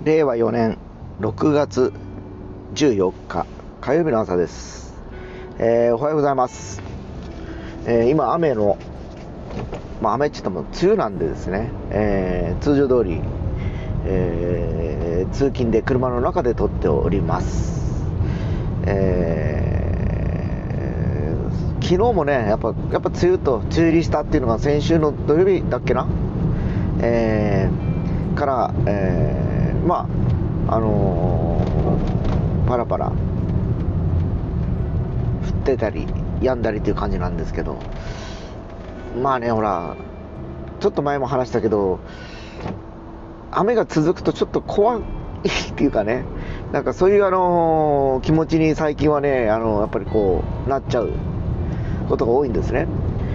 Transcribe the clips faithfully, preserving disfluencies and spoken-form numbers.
れいわよねんろくがつじゅうよっか火曜日の朝です。えー、おはようございます。えー、今雨の、まあ、雨って言っても梅雨なんでですね、えー、通常通り、えー、通勤で車の中で撮っております。えー、昨日もねやっぱやっぱ梅雨と梅雨入りしたっていうのが先週の土曜日だっけな、えー、から、えーまああのー、パラパラ降ってたり止んだりという感じなんですけど、まあね、ほらちょっと前も話したけど、雨が続くとちょっと怖いっていうかね、なんかそういう、あのー、気持ちに最近はね、あのー、やっぱりこうなっちゃうことが多いんですね。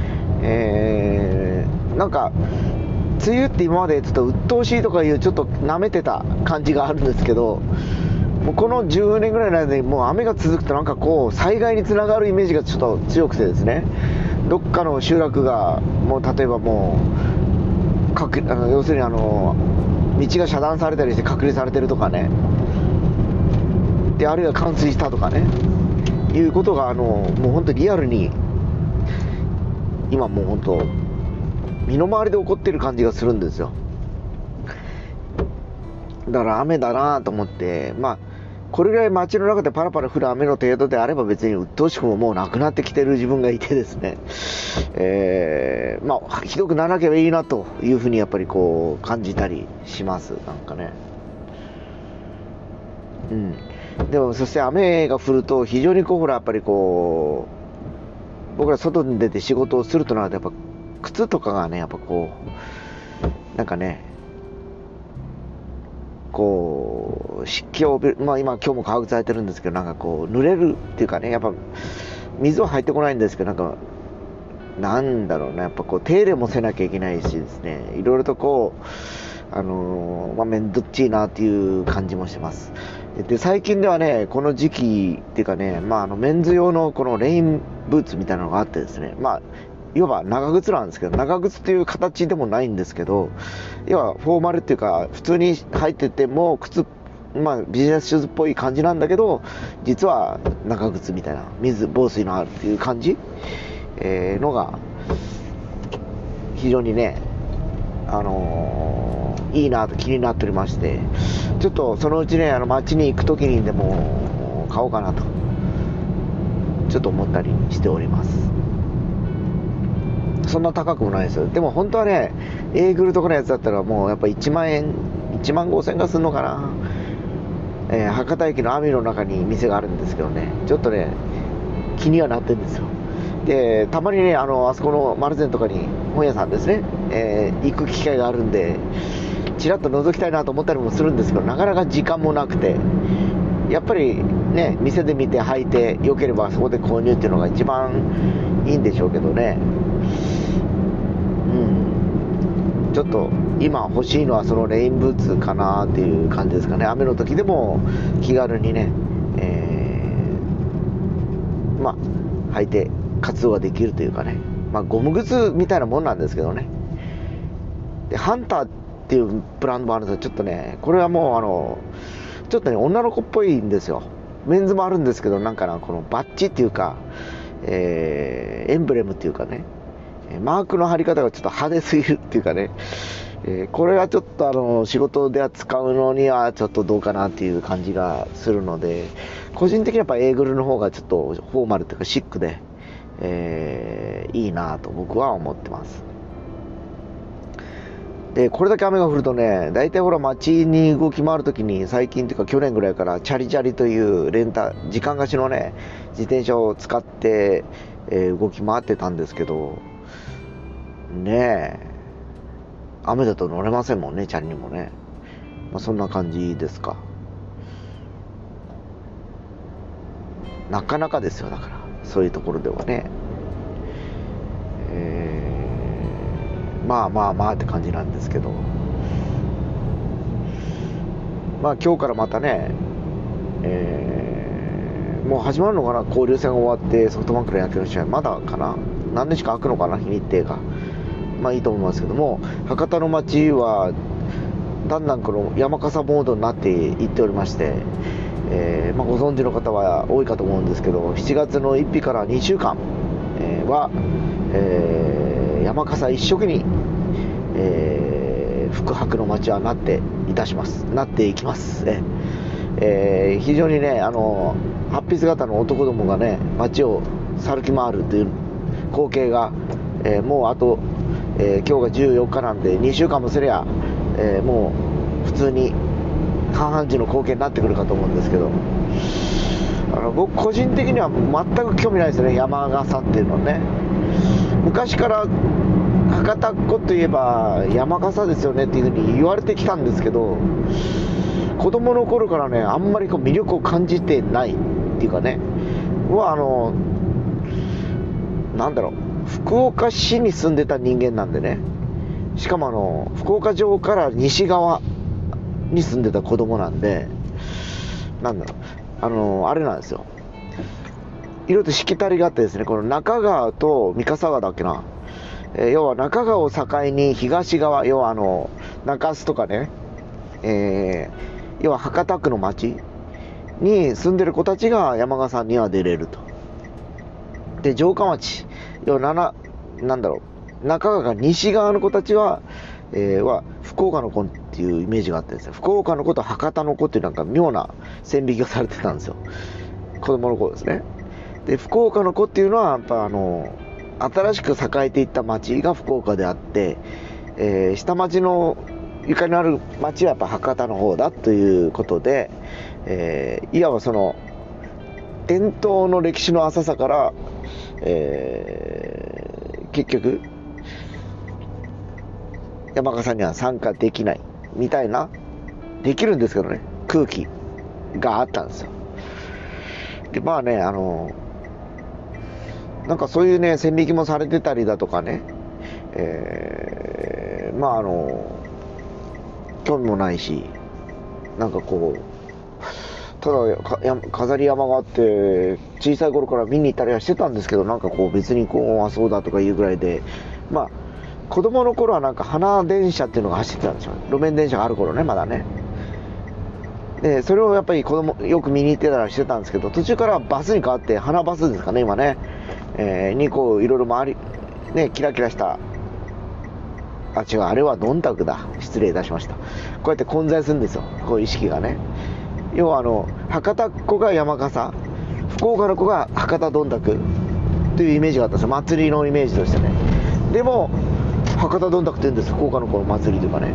えー、なんか梅雨って今までちょっと鬱陶しいとかいうちょっと舐めてた感じがあるんですけど、もうこのじゅうねんぐらいの間にもう雨が続くとなんかこう災害につながるイメージがちょっと強くてですね、どっかの集落がもう例えばもうかくあの要するにあの道が遮断されたりして隔離されてるとかね、であるいは冠水したとかねいうことがあのもう本当にリアルに今もう本当身の回りで起こってる感じがするんですよ。だから雨だなと思って、まあこれぐらい街の中でパラパラ降る雨の程度であれば別に鬱陶しくももうなくなってきてる自分がいてですね、えー、まあひどくならなければいいなというふうにやっぱりこう感じたりします。なんかね、うんでもそして雨が降ると非常にこうほらやっぱりこう僕ら外に出て仕事をするとなるとやっぱ靴とかがねやっぱこうなんかねこう湿気を帯びる、まあ今今日も乾くされてるんですけど、なんかこう濡れるっていうかね、やっぱ水は入ってこないんですけど、なんかなんだろうね、やっぱこう手入れもせなきゃいけないしですね、いろいろとこうあのー、まあ面倒っちいなっていう感じもしてます。で最近ではねこの時期っていうかね、まああのメンズ用のこのレインブーツみたいなのがあってですね、まあいわば長靴なんですけど、長靴という形でもないんですけど、要はフォーマルっていうか普通に履いてても靴、まあビジネスシューズっぽい感じなんだけど、実は長靴みたいな水防水のあるっていう感じ、えー、のが非常にねあのー、いいなと気になっておりまして、ちょっとそのうちねあの街に行く時にでも買おうかなとちょっと思ったりしております。そんな高くもないですよ。でも本当はねエーグルとかのやつだったらもうやっぱいちまんえんいちまんごせんえんがするのかな、えー、博多駅の網の中に店があるんですけどね、ちょっとね気にはなってるんですよ。でたまにねあのあそこの丸善とかに本屋さんですね、えー、行く機会があるんでちらっと覗きたいなと思ったりもするんですけど、なかなか時間もなくて、やっぱりね店で見て履いてよければそこで購入っていうのが一番いいんでしょうけどね、うん、ちょっと今欲しいのはそのレインブーツかなっていう感じですかね。雨の時でも気軽にね、えー、まあ履いて活動ができるというかね、まあゴム靴みたいなもんなんですけどね。でハンターっていうブランドもあるんですけど、ちょっとねこれはもうあのちょっとね女の子っぽいんですよ。メンズもあるんですけど、なんかなこのバッジっていうか、えー、エンブレムっていうかね、マークの貼り方がちょっと派手すぎるっていうかね、えー、これはちょっとあの仕事で使うのにはちょっとどうかなっていう感じがするので、個人的にやっぱエーグルの方がちょっとフォーマルというかシックで、えー、いいなと僕は思ってます。でこれだけ雨が降るとね、大体ほら街に動き回るときに最近というか去年ぐらいからチャリチャリというレンタ時間貸しのね自転車を使って、えー、動き回ってたんですけどねえ、雨だと乗れませんもんね、チャリにもね。まあ、そんな感じですか。なかなかですよ、だからそういうところではね、えー、まあまあまあって感じなんですけど、まあ今日からまたね、えー、もう始まるのかな、交流戦が終わってソフトバンクの野球の試合まだかな、何日か空くのかな日程が。まあいいと思いますけども、博多の街はだんだんこの山笠モードになっていっておりまして、えーまあ、ご存知の方は多いかと思うんですけど、しちがつのついたちからにしゅうかん、えー、は、えー、山笠一色に、えー、福伯の町はなっていたしますなっていきますね。えー、非常にね、あのはっぴ姿の男どもがね街を歩き回るという光景が、えー、もうあと、えー、今日がじゅうよっかなんでにしゅうかんもすりゃ、えー、もう普通に半々時の光景になってくるかと思うんですけど、あの僕個人的には全く興味ないですね、山笠っていうのはね。昔から博多っ子といえば山笠ですよねっていうふうに言われてきたんですけど、子供の頃からねあんまりこう魅力を感じてないっていうかね、はあのなんだろう、福岡市に住んでた人間なんでね、しかもあの福岡城から西側に住んでた子供なんで、なんだろう、あのあれなんですよ、いろいろとしきたりがあってですね、この中川と三笠川だっけな、えー、要は中川を境に東側、要はあの中洲とかね、えー要は博多区の町に住んでる子たちが山笠には出れると。で城下町、要はなな、なんだろう、中川が西側の子たちは、えー、は福岡の子っていうイメージがあってですね、福岡の子と博多の子っていうなんか妙な線引きがされてたんですよ、子供の子ですね。で福岡の子っていうのはやっぱあの新しく栄えていった町が福岡であって、えー、下町のゆかりのある町はやっぱ博多の方だということで、えー、いわばその伝統の歴史の浅さから、えー、結局山笠には参加できないみたいな、できるんですけどね、空気があったんですよ。でまあね、あのなんかそういうね線引きもされてたりだとかね、えー、まああの興味もないし、なんかこうただかや飾り山があって小さい頃から見に行ったりはしてたんですけど、なんかこう別にこうあそうだとかいうぐらいで、まあ子供の頃はなんか花電車っていうのが走ってたんですよ、路面電車がある頃ね、まだね。でそれをやっぱり子供よく見に行ってたりしてたんですけど、途中からバスに変わって花バスですかね今ね、えー、にこういろいろ回りねキラキラした、あ違う、あれはどんたくだ、失礼いたしました。こうやって混在するんですよ、こういう意識がね。要はあの博多っ子が山笠、福岡の子が博多どんたくというイメージがあったんですよ、祭りのイメージとしてね。でも博多どんたくって言うんです、福岡の子の祭りというかね。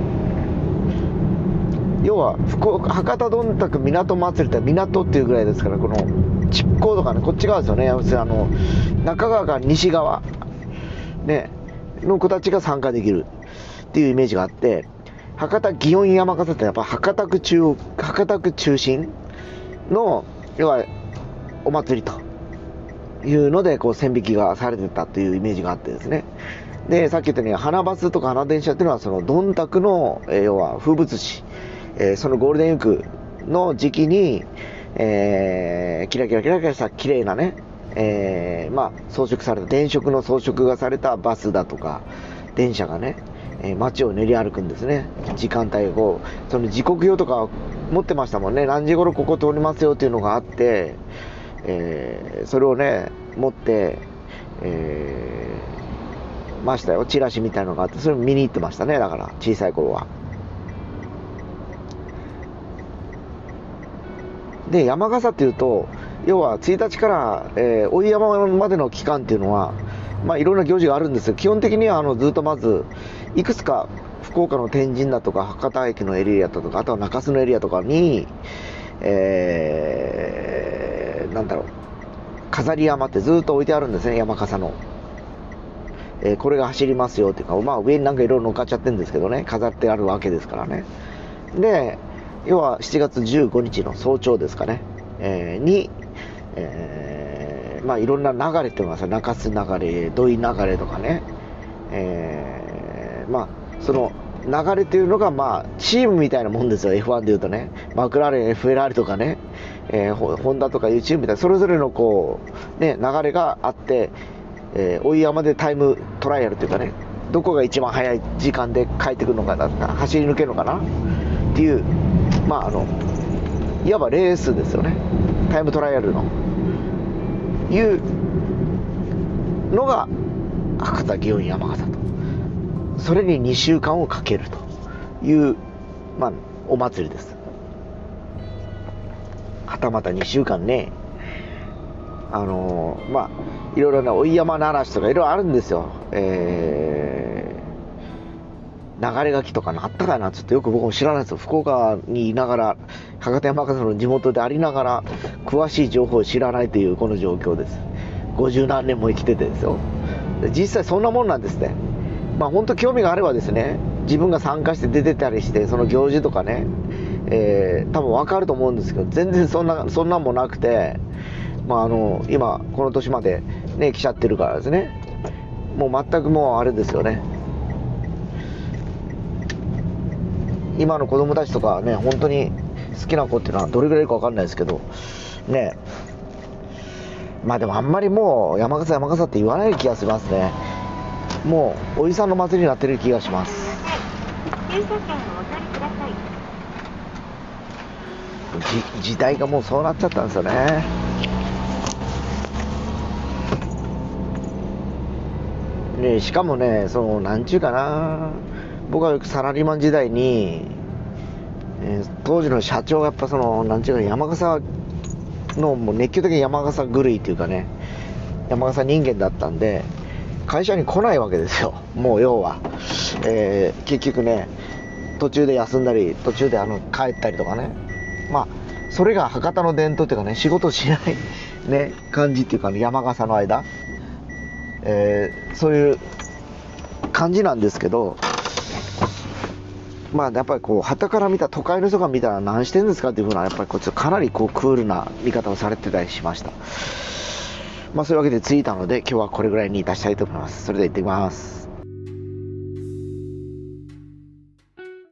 要は福岡博多どんたく港祭りって港っていうぐらいですから、この築港とかねこっち側ですよね、要するにあの中川が西側ねの子たちが参加できるっていうイメージがあって、博多祇園山笠ってやっぱ博多区中博多区中心の要はお祭りというのでこう線引きがされてたというイメージがあってですね。でさっき言ったように花バスとか花電車っていうのはそのどんたくの、えー、要は風物詩、えー、そのゴールデンウィークの時期に、えー、キラキラキラキラした綺麗なね、えー、まあ装飾された電飾の装飾がされたバスだとか電車がね、えー、街を練り歩くんですね。時間帯をその時刻表とか持ってましたもんね、何時頃ここ通りますよっていうのがあって、えー、それをね持って、えー、ましたよ、チラシみたいなのがあって、それを見に行ってましたね、だから小さい頃は。で山笠っていうと要はついたちから、えー、追い山までの期間っていうのはまあいろんな行事があるんですよ。基本的にはあのずっとまずいくつか福岡の天神だとか博多駅のエリアだとか、あとは中洲のエリアとかに、えー、なんだろう、飾り山ってずっと置いてあるんですね、山笠の、えー、これが走りますよっていうか、まあ上になんかいろいろ乗っかっちゃってるんですけどね、飾ってあるわけですからね。で要はしちがつじゅうごにちの早朝ですかね、えー、に、えー、まあいろんな流れっていうのがさ、中洲流れ、土井流れとかね、えー、まあその流れというのがまあチームみたいなもんですよ、 エフワン でいうとね。マクラーレン、フェラーリとかね、えー、ホンダとかいうチームみたいなそれぞれのこうね流れがあって、えー、追い山でタイムトライアルというかね、どこが一番早い時間で帰ってくるのかだとか走り抜けるのかな、 っていう、まああのいわばレースですよね、タイムトライアルのいうのが博多祇園山笠と、それににしゅうかんをかけるという、まあ、お祭りです。はたまたにしゅうかんね、あのー、まあいろいろな追い山鳴らしとかいろいろあるんですよ。えー、流れ書きとかあったかな、ちょっとよく僕も知らないですよ。福岡にいながら、博多山笠の地元でありながら詳しい情報を知らないというこの状況です。ごじゅうなんねんも生きててですよ。実際そんなもんなんですね。まあ本当興味があればですね、自分が参加して出てたりして、その行事とかね、えー、多分分かると思うんですけど、全然そんなそんなんもなくて、まああの今この年までね来ちゃってるからですね、もう全くもうあれですよね。今の子供たちとかね、本当に好きな子っていうのはどれぐらいいるか分かんないですけどね。まあでもあんまりもう山笠山笠って言わない気がしますね。もうおじさんの祭りになってる気がします。じ時代がもうそうなっちゃったんですよね。ね、しかもね、そのなんちゅうかな、僕はよくサラリーマン時代に、えー、当時の社長がやっぱそのなんちゅうか山笠のもう熱狂的に山笠狂いっていうかね、山笠人間だったんで会社に来ないわけですよ。もう要は、えー、結局ね途中で休んだり途中であの帰ったりとかね、まあそれが博多の伝統っていうかね、仕事しないね感じっていうかね、山笠の間、えー、そういう感じなんですけど、まあやっぱりこう傍から見た都会の人が見たら何してんですかっていうふうな、やっぱりこっちかなりこうクールな見方をされてたりしました。まあそういうわけで着いたので今日はこれぐらいにいたしたいと思います。それでは行ってきます。